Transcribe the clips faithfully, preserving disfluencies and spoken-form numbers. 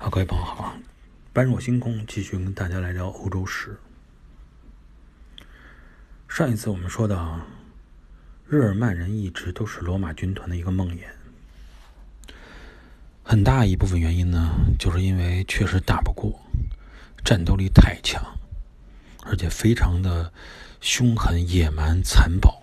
好，各位朋友好，般若星空继续跟大家来聊欧洲史。上一次我们说到，日耳曼人一直都是罗马军团的一个梦魇，很大一部分原因呢，就是因为确实打不过，战斗力太强，而且非常的凶狠、野蛮、残暴。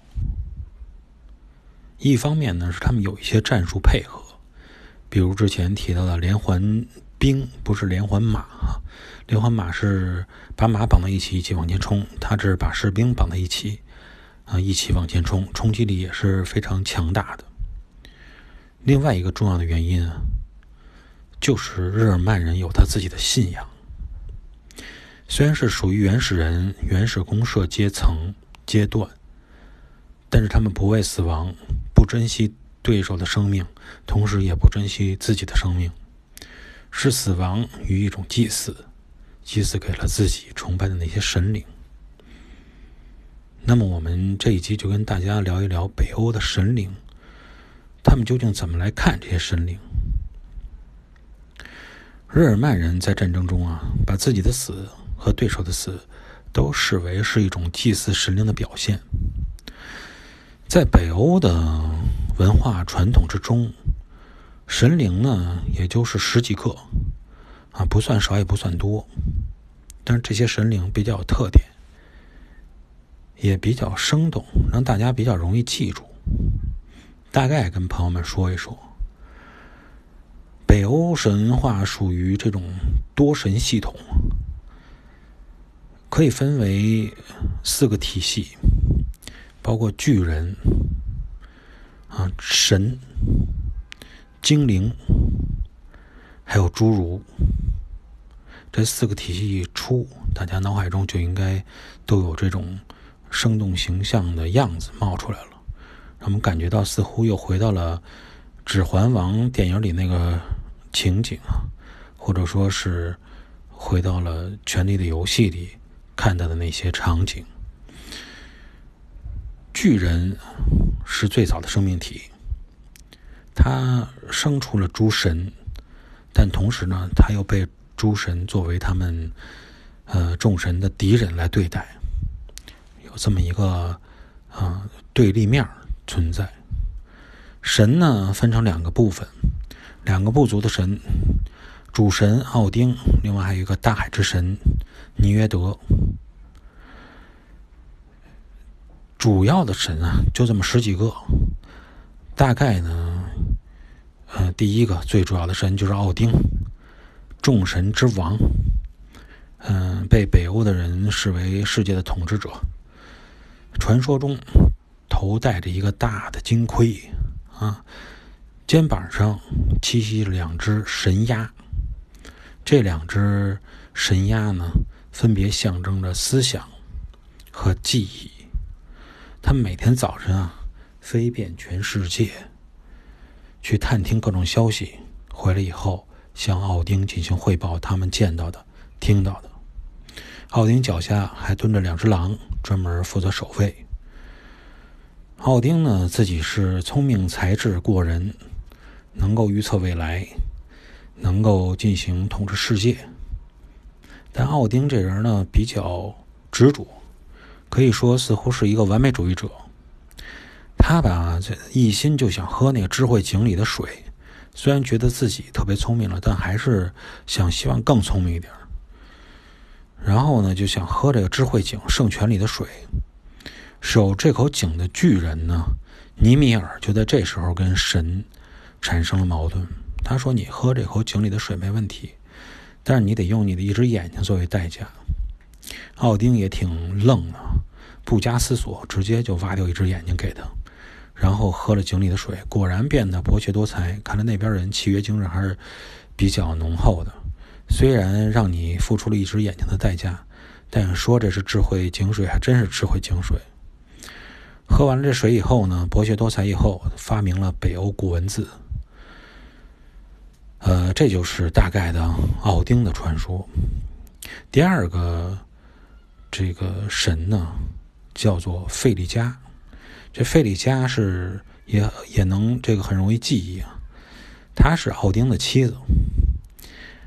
一方面呢，是他们有一些战术配合，比如之前提到的连环兵，不是连环马啊，连环马是把马绑在一起一起往前冲，他这是把士兵绑在一起啊，一起往前冲，冲击力也是非常强大的。另外一个重要的原因啊，就是日耳曼人有他自己的信仰，虽然是属于原始人、原始公社阶层阶段，但是他们不畏死亡，不珍惜对手的生命，同时也不珍惜自己的生命，视死亡于一种祭祀，祭祀给了自己崇拜的那些神灵。那么我们这一集就跟大家聊一聊北欧的神灵，他们究竟怎么来看这些神灵。日耳曼人在战争中啊，把自己的死和对手的死都视为是一种祭祀神灵的表现。在北欧的文化传统之中，神灵呢也就是十几个啊，不算少也不算多，但是这些神灵比较有特点，也比较生动，让大家比较容易记住。大概跟朋友们说一说，北欧神话属于这种多神系统，可以分为四个体系，包括巨人啊、神、精灵，还有侏儒。这四个体系一出，大家脑海中就应该都有这种生动形象的样子冒出来了，让我们感觉到似乎又回到了《指环王》电影里那个情景啊，或者说是回到了《权力的游戏》里看到的那些场景。巨人是最早的生命体，他生出了诸神，但同时呢，他又被诸神作为他们呃众神的敌人来对待，有这么一个呃对立面存在。神呢分成两个部分，两个部族的神，主神奥丁，另外还有一个大海之神尼约德。主要的神啊，就这么十几个。大概呢，呃，第一个最主要的神就是奥丁，众神之王，嗯、呃，被北欧的人视为世界的统治者。传说中，头戴着一个大的金盔啊，肩膀上栖息着两只神鸦。这两只神鸦呢，分别象征着思想和记忆。他们每天早晨啊，飞遍全世界，去探听各种消息，回来以后向奥丁进行汇报他们见到的、听到的。奥丁脚下还蹲着两只狼，专门负责守卫。奥丁呢，自己是聪明才智过人，能够预测未来，能够进行统治世界。但奥丁这人呢，比较执着，可以说似乎是一个完美主义者。他吧，一心就想喝那个智慧井里的水，虽然觉得自己特别聪明了，但还是想希望更聪明一点。然后呢，就想喝这个智慧井圣泉里的水。守这口井的巨人呢，尼米尔就在这时候跟神产生了矛盾。他说：“你喝这口井里的水没问题，但是你得用你的一只眼睛作为代价。”奥丁也挺愣的，不加思索，直接就挖掉一只眼睛给他，然后喝了井里的水，果然变得博学多才。看来那边人契约精神还是比较浓厚的，虽然让你付出了一只眼睛的代价，但说这是智慧井水，还真是智慧井水。喝完了这水以后呢，博学多才以后，发明了北欧古文字。呃，这就是大概的奥丁的传说。第二个这个神呢，叫做费利加。这费利加是也也能这个很容易记忆啊，她是奥丁的妻子。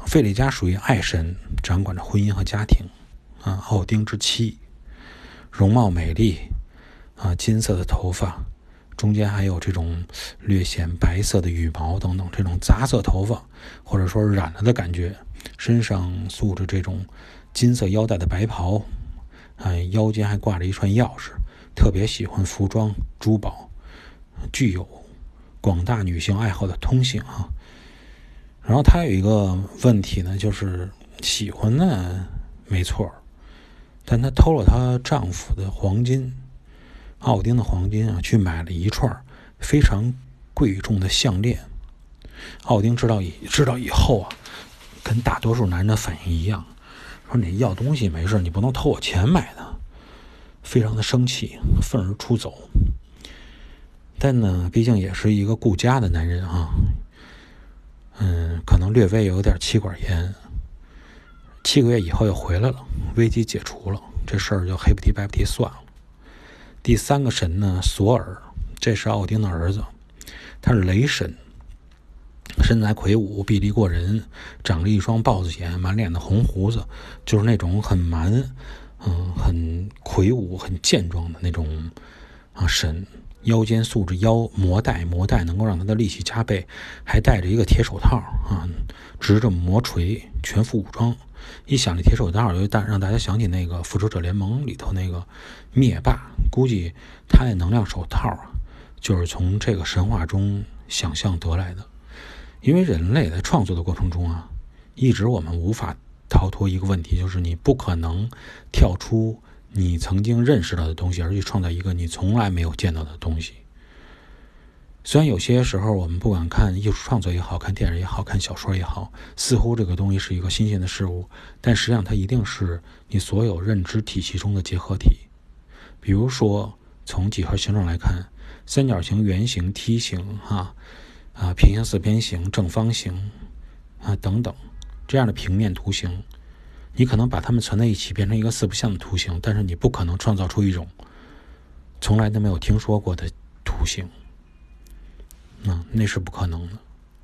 费利加属于爱神，掌管着婚姻和家庭啊，奥丁之妻，容貌美丽啊，金色的头发，中间还有这种略显白色的羽毛等等，这种杂色头发或者说染了的感觉，身上束着这种金色腰带的白袍，啊，腰间还挂着一串钥匙，特别喜欢服装珠宝，具有广大女性爱好的通性啊。然后他有一个问题呢，就是喜欢呢没错，但她偷了她丈夫的黄金，奥丁的黄金啊，去买了一串非常贵重的项链。奥丁知道以知道以后啊，跟大多数男人的反应一样，说你要东西没事，你不能偷我钱买的，非常的生气，愤而出走。但呢，毕竟也是一个顾家的男人啊，嗯，可能略微有点妻管严。七个月以后又回来了，危机解除了，这事儿就黑不提白不提算了。第三个神呢，索尔，这是奥丁的儿子，他是雷神，身材魁梧，臂力过人，长着一双豹子眼，满脸的红胡子，就是那种很蛮，嗯，很魁梧、很健壮的那种啊神。腰间束着腰魔带，魔带能够让他的力气加倍，还戴着一个铁手套啊，执着魔锤，全副武装。一想这铁手套，就让大家想起那个复仇者联盟里头那个灭霸，估计他的能量手套啊，就是从这个神话中想象得来的。因为人类在创作的过程中啊，一直我们无法逃脱一个问题，就是你不可能跳出你曾经认识到的东西，而去创造一个你从来没有见到的东西。虽然有些时候我们不管看艺术创作也好，看电影也好，看小说也好，似乎这个东西是一个新鲜的事物，但实际上它一定是你所有认知体系中的结合体。比如说从几何形状来看，三角形、圆形、梯形啊啊平行四边形、正方形啊等等这样的平面图形，你可能把它们存在一起变成一个四不像的图形，但是你不可能创造出一种从来都没有听说过的图形，嗯，那是不可能的。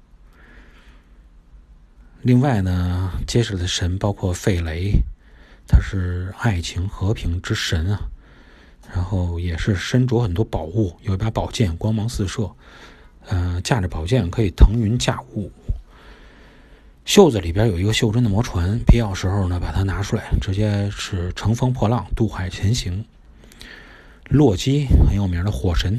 另外呢，接下来的神包括费雷，他是爱情和平之神啊，然后也是身着很多宝物，有一把宝剑光芒四射，呃，驾着宝剑可以腾云驾雾。袖子里边有一个袖珍的魔船，必要时候呢把它拿出来，直接是乘风破浪，渡海前行。洛基很有名的火神，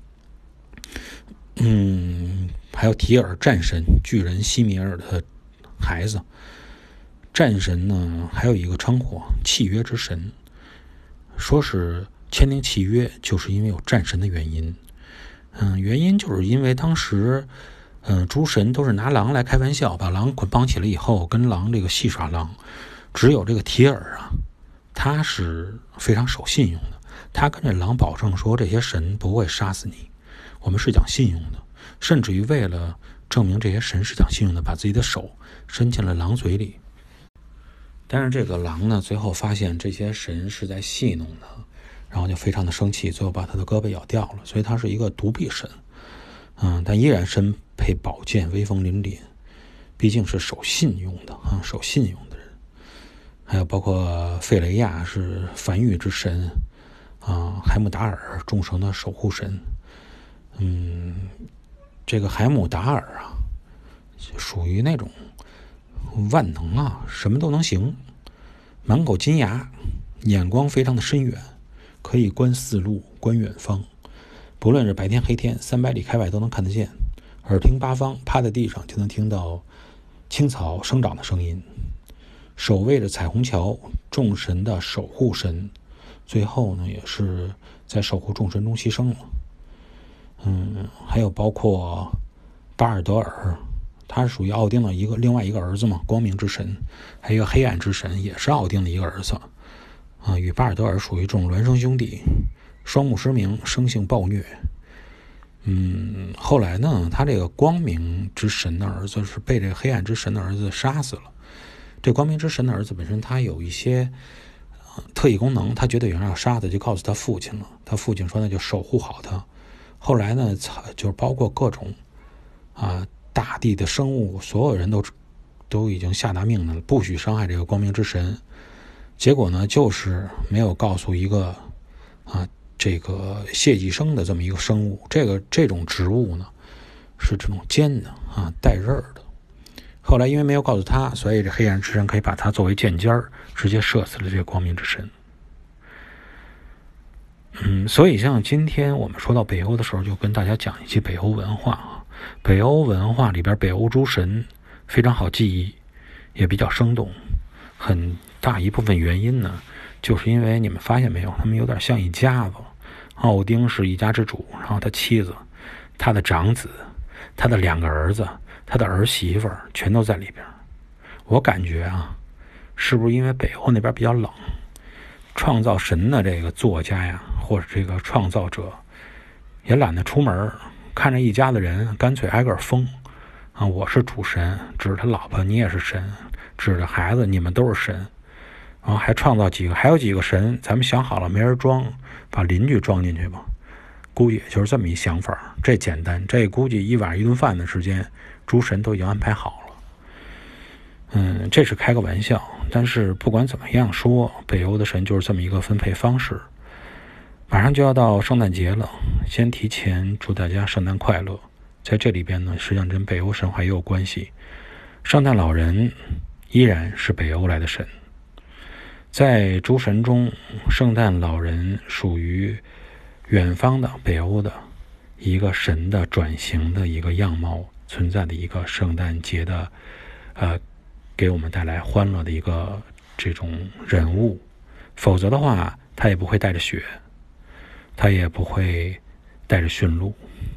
嗯，还有提尔战神，巨人西米尔的孩子。战神呢还有一个称呼，契约之神，说是签订契约就是因为有战神的原因。嗯，原因就是因为当时嗯，诸神都是拿狼来开玩笑，把狼捆绑起来以后跟狼这个戏耍狼，只有这个提尔啊，他是非常守信用的，他跟这狼保证说这些神不会杀死你，我们是讲信用的，甚至于为了证明这些神是讲信用的，把自己的手伸进了狼嘴里。但是这个狼呢，最后发现这些神是在戏弄他，然后就非常的生气，最后把他的胳膊咬掉了，所以他是一个独臂神。嗯，但依然身配宝剑，威风凛凛，毕竟是守信用的啊，守信用的人。还有包括费雷亚是繁育之神啊，海姆达尔众神的守护神。嗯，这个海姆达尔啊，属于那种万能啊，什么都能行，满口金牙，眼光非常的深远，可以观四路，观远方。不论是白天黑天，三百里开外都能看得见，耳听八方，趴在地上就能听到青草生长的声音。守卫着彩虹桥，众神的守护神，最后呢也是在守护众神中牺牲了。嗯，还有包括巴尔德尔，他是属于奥丁的一个另外一个儿子嘛，光明之神，还有一个黑暗之神，也是奥丁的一个儿子啊，与巴尔德尔属于这种孪生兄弟。双目失明，生性暴虐。嗯，后来呢，他这个光明之神的儿子是被这个黑暗之神的儿子杀死了。这光明之神的儿子本身他有一些、呃、特异功能，他觉得有人要杀他，就告诉他父亲了。他父亲说那就守护好他。后来呢，就是包括各种啊大地的生物，所有人都都已经下达命令了，不许伤害这个光明之神。结果呢，就是没有告诉一个啊这个谢寄生的这么一个生物，这个这种植物呢是这种尖的啊带刃的。后来因为没有告诉他，所以这黑暗之神可以把他作为箭尖儿，直接射死了这个光明之神。嗯，所以像今天我们说到北欧的时候，就跟大家讲一期北欧文化啊。北欧文化里边，北欧诸神非常好记忆，也比较生动。很大一部分原因呢，就是因为你们发现没有，他们有点像一家子。奥丁是一家之主，然后他妻子、他的长子、他的两个儿子、他的儿媳妇全都在里边。我感觉啊，是不是因为北欧那边比较冷，创造神的这个作家呀，或者这个创造者也懒得出门，看着一家的人干脆挨个封啊，我是主神，指着他老婆你也是神，指着孩子你们都是神，然后还创造几个，还有几个神咱们想好了没人装，把邻居装进去吧。估计也就是这么一想法，这简单，这估计一晚上一顿饭的时间诸神都已经安排好了。嗯，这是开个玩笑，但是不管怎么样说，北欧的神就是这么一个分配方式。马上就要到圣诞节了，先提前祝大家圣诞快乐。在这里边呢，实际上跟北欧神话也有关系。圣诞老人依然是北欧来的神，在诸神中，圣诞老人属于远方的北欧的一个神的转型的一个样貌存在的一个圣诞节的呃，给我们带来欢乐的一个这种人物。否则的话，他也不会带着雪，他也不会带着驯鹿。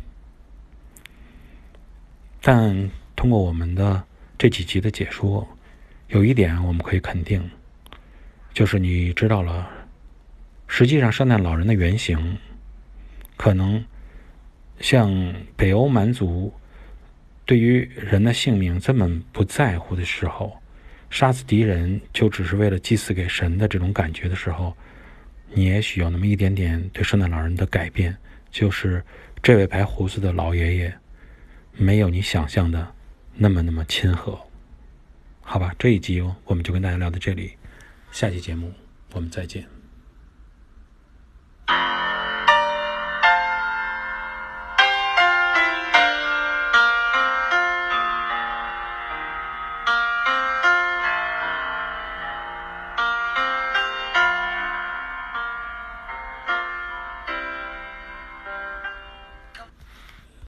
但通过我们的这几集的解说，有一点我们可以肯定，就是你知道了，实际上圣诞老人的原型可能像北欧蛮族对于人的性命这么不在乎的时候，杀死敌人就只是为了祭祀给神的这种感觉的时候，你也许有那么一点点对圣诞老人的改变，就是这位白胡子的老爷爷没有你想象的那么那么亲和。好吧，这一集我们就跟大家聊到这里，下期节目我们再见。